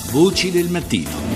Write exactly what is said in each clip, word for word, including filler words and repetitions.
Voci del mattino.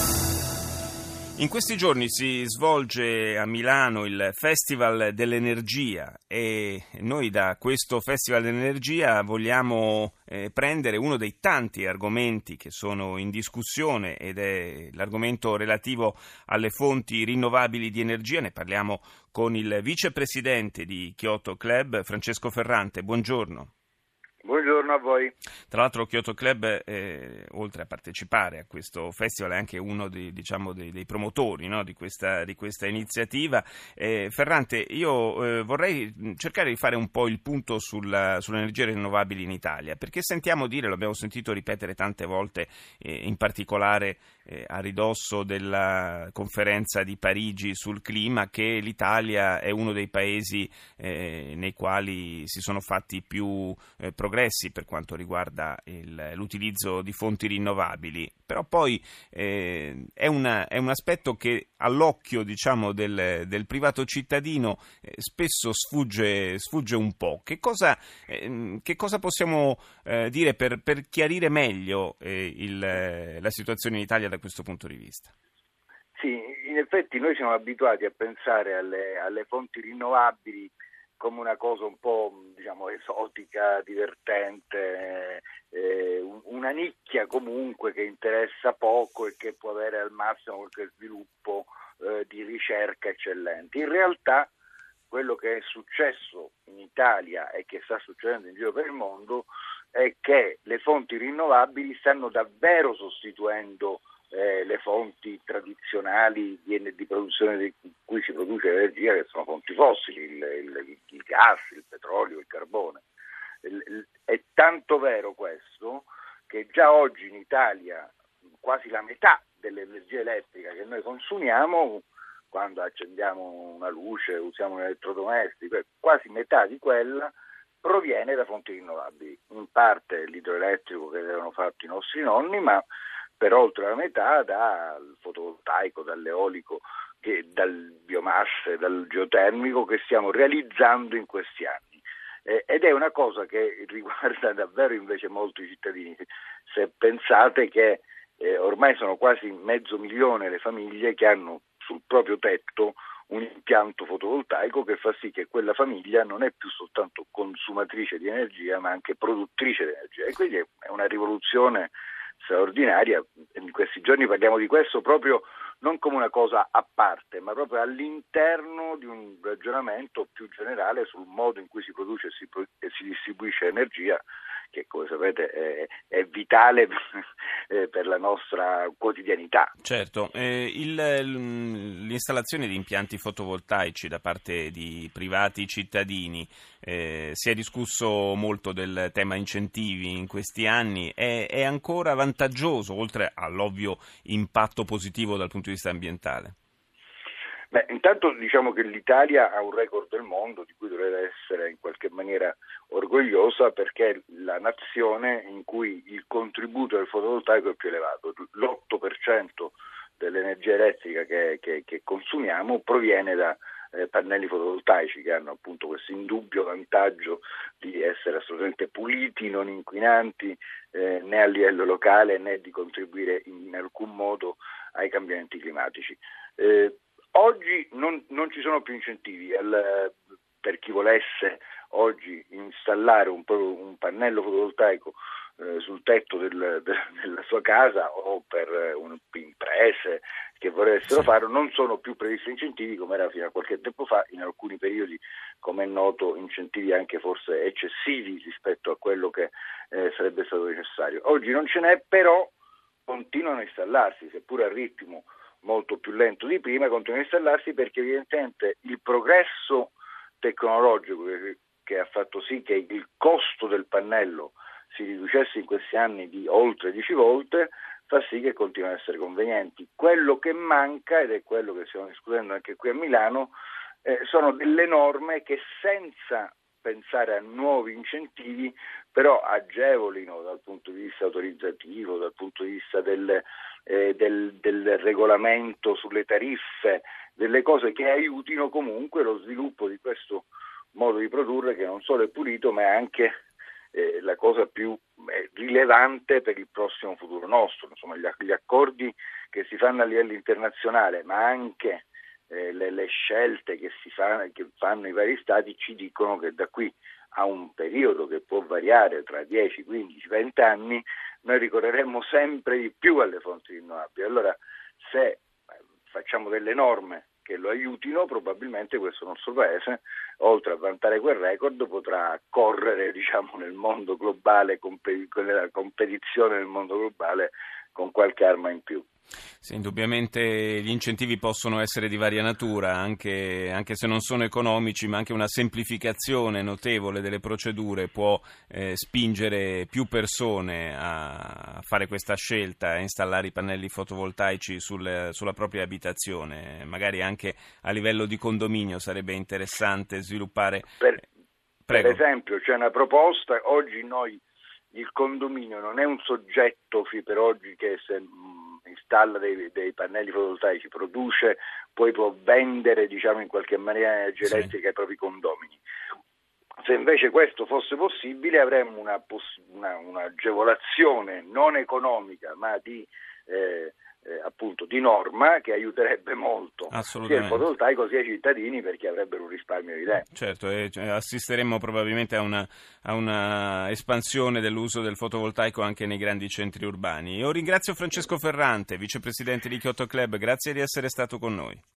In questi giorni si svolge a Milano il Festival dell'Energia e noi da questo Festival dell'Energia vogliamo eh, prendere uno dei tanti argomenti che sono in discussione ed è l'argomento relativo alle fonti rinnovabili di energia. Ne parliamo con il vicepresidente di Kyoto Club, Francesco Ferrante. Buongiorno. Buongiorno a voi. Tra l'altro Kyoto Club, eh, oltre a partecipare a questo festival, è anche uno dei, diciamo, dei, dei promotori, no, di, questa, di questa iniziativa. Eh, Ferrante, io eh, vorrei cercare di fare un po' il punto sulla, sulle energie rinnovabili in Italia, perché sentiamo dire, lo abbiamo sentito ripetere tante volte, eh, in particolare eh, a ridosso della conferenza di Parigi sul clima, che l'Italia è uno dei paesi eh, nei quali si sono fatti più eh, progressi per quanto riguarda il, l'utilizzo di fonti rinnovabili, però poi eh, è, una, è un aspetto che all'occhio, diciamo, del, del privato cittadino eh, spesso sfugge, sfugge un po'. Che cosa, eh, che cosa possiamo eh, dire per, per chiarire meglio eh, il, la situazione in Italia da questo punto di vista? Sì, in effetti noi siamo abituati a pensare alle, alle fonti rinnovabili come una cosa un po', diciamo, esotica, divertente, eh, una nicchia comunque che interessa poco e che può avere al massimo qualche sviluppo eh, di ricerca eccellente. In realtà quello che è successo in Italia e che sta succedendo in giro per il mondo è che le fonti rinnovabili stanno davvero sostituendo Eh, le fonti tradizionali di, di produzione di cui si produce energia, che sono fonti fossili, il, il, il gas, il petrolio, il carbone. Il, il, è tanto vero questo che già oggi in Italia quasi la metà dell'energia elettrica che noi consumiamo, quando accendiamo una luce, usiamo un elettrodomestico, quasi metà di quella proviene da fonti rinnovabili. In parte l'idroelettrico che avevano fatto i nostri nonni, ma per oltre la metà dal fotovoltaico, dall'eolico, che, dal biomasse, dal geotermico che stiamo realizzando in questi anni. Eh, ed è una cosa che riguarda davvero invece molto i cittadini. Se pensate che eh, ormai sono quasi mezzo milione le famiglie che hanno sul proprio tetto un impianto fotovoltaico che fa sì che quella famiglia non è più soltanto consumatrice di energia ma anche produttrice di energia, e quindi è una rivoluzione straordinaria. In questi giorni parliamo di questo proprio non come una cosa a parte, ma proprio all'interno di un ragionamento più generale sul modo in cui si produce e si, pro- e si distribuisce energia, che come sapete è, è vitale per la nostra quotidianità. Certo, eh, il, l'installazione di impianti fotovoltaici da parte di privati cittadini, eh, si è discusso molto del tema incentivi in questi anni, è, è ancora vantaggioso oltre all'ovvio impatto positivo dal punto di vista ambientale? Beh, intanto diciamo che l'Italia ha un record del mondo di cui dovrebbe essere in qualche maniera orgogliosa, perché è la nazione in cui il contributo del fotovoltaico è più elevato. L'otto per cento dell'energia elettrica che, che, che consumiamo proviene da eh, pannelli fotovoltaici, che hanno appunto questo indubbio vantaggio di essere assolutamente puliti, non inquinanti eh, né a livello locale né di contribuire in, in alcun modo ai cambiamenti climatici. Eh, Oggi non, non ci sono più incentivi al, per chi volesse oggi installare un, un pannello fotovoltaico eh, sul tetto del, de, della sua casa, o per un, imprese che volessero farlo. Non sono più previsti incentivi come era fino a qualche tempo fa, in alcuni periodi, come è noto, incentivi anche forse eccessivi rispetto a quello che eh, sarebbe stato necessario. Oggi non ce n'è, però continuano a installarsi, seppur a ritmo molto più lento di prima, continua a installarsi, perché evidentemente il progresso tecnologico che, che ha fatto sì che il costo del pannello si riducesse in questi anni di oltre dieci volte, fa sì che continuino ad essere convenienti. Quello che manca, ed è quello che stiamo discutendo anche qui a Milano, eh, sono delle norme che, senza pensare a nuovi incentivi, però agevolino dal punto di vista autorizzativo, dal punto di vista del, eh, del, del regolamento sulle tariffe, delle cose che aiutino comunque lo sviluppo di questo modo di produrre, che non solo è pulito ma è anche eh, la cosa più eh, rilevante per il prossimo futuro nostro. Insomma, gli, gli accordi che si fanno a livello internazionale, ma anche eh, le, le scelte che, si fa, che fanno i vari stati ci dicono che da qui a un periodo che può variare tra dieci, quindici, venti anni, noi ricorreremo sempre di più alle fonti rinnovabili. Allora, se facciamo delle norme che lo aiutino, probabilmente questo nostro paese, oltre a vantare quel record, potrà correre, diciamo, nel mondo globale, nella competizione nel mondo globale, con qualche arma in più. Sì, indubbiamente gli incentivi possono essere di varia natura, anche, anche se non sono economici, ma anche una semplificazione notevole delle procedure può eh, spingere più persone a fare questa scelta, a installare i pannelli fotovoltaici sul, sulla propria abitazione. Magari anche a livello di condominio sarebbe interessante sviluppare. Per, per Prego. esempio, c'è una proposta, oggi noi il condominio non è un soggetto per oggi che se installa dei, dei pannelli fotovoltaici, produce, poi può vendere, diciamo, in qualche maniera energia Sì. elettrica ai propri condomini. Se invece questo fosse possibile, avremmo una, una, un'agevolazione non economica ma di eh, eh, appunto di norma che aiuterebbe molto sia il fotovoltaico sia i cittadini, perché avrebbero un risparmio evidente. Certo, e assisteremmo probabilmente a una, a una espansione dell'uso del fotovoltaico anche nei grandi centri urbani. Io ringrazio Francesco Ferrante, vicepresidente di Kyoto Club, grazie di essere stato con noi.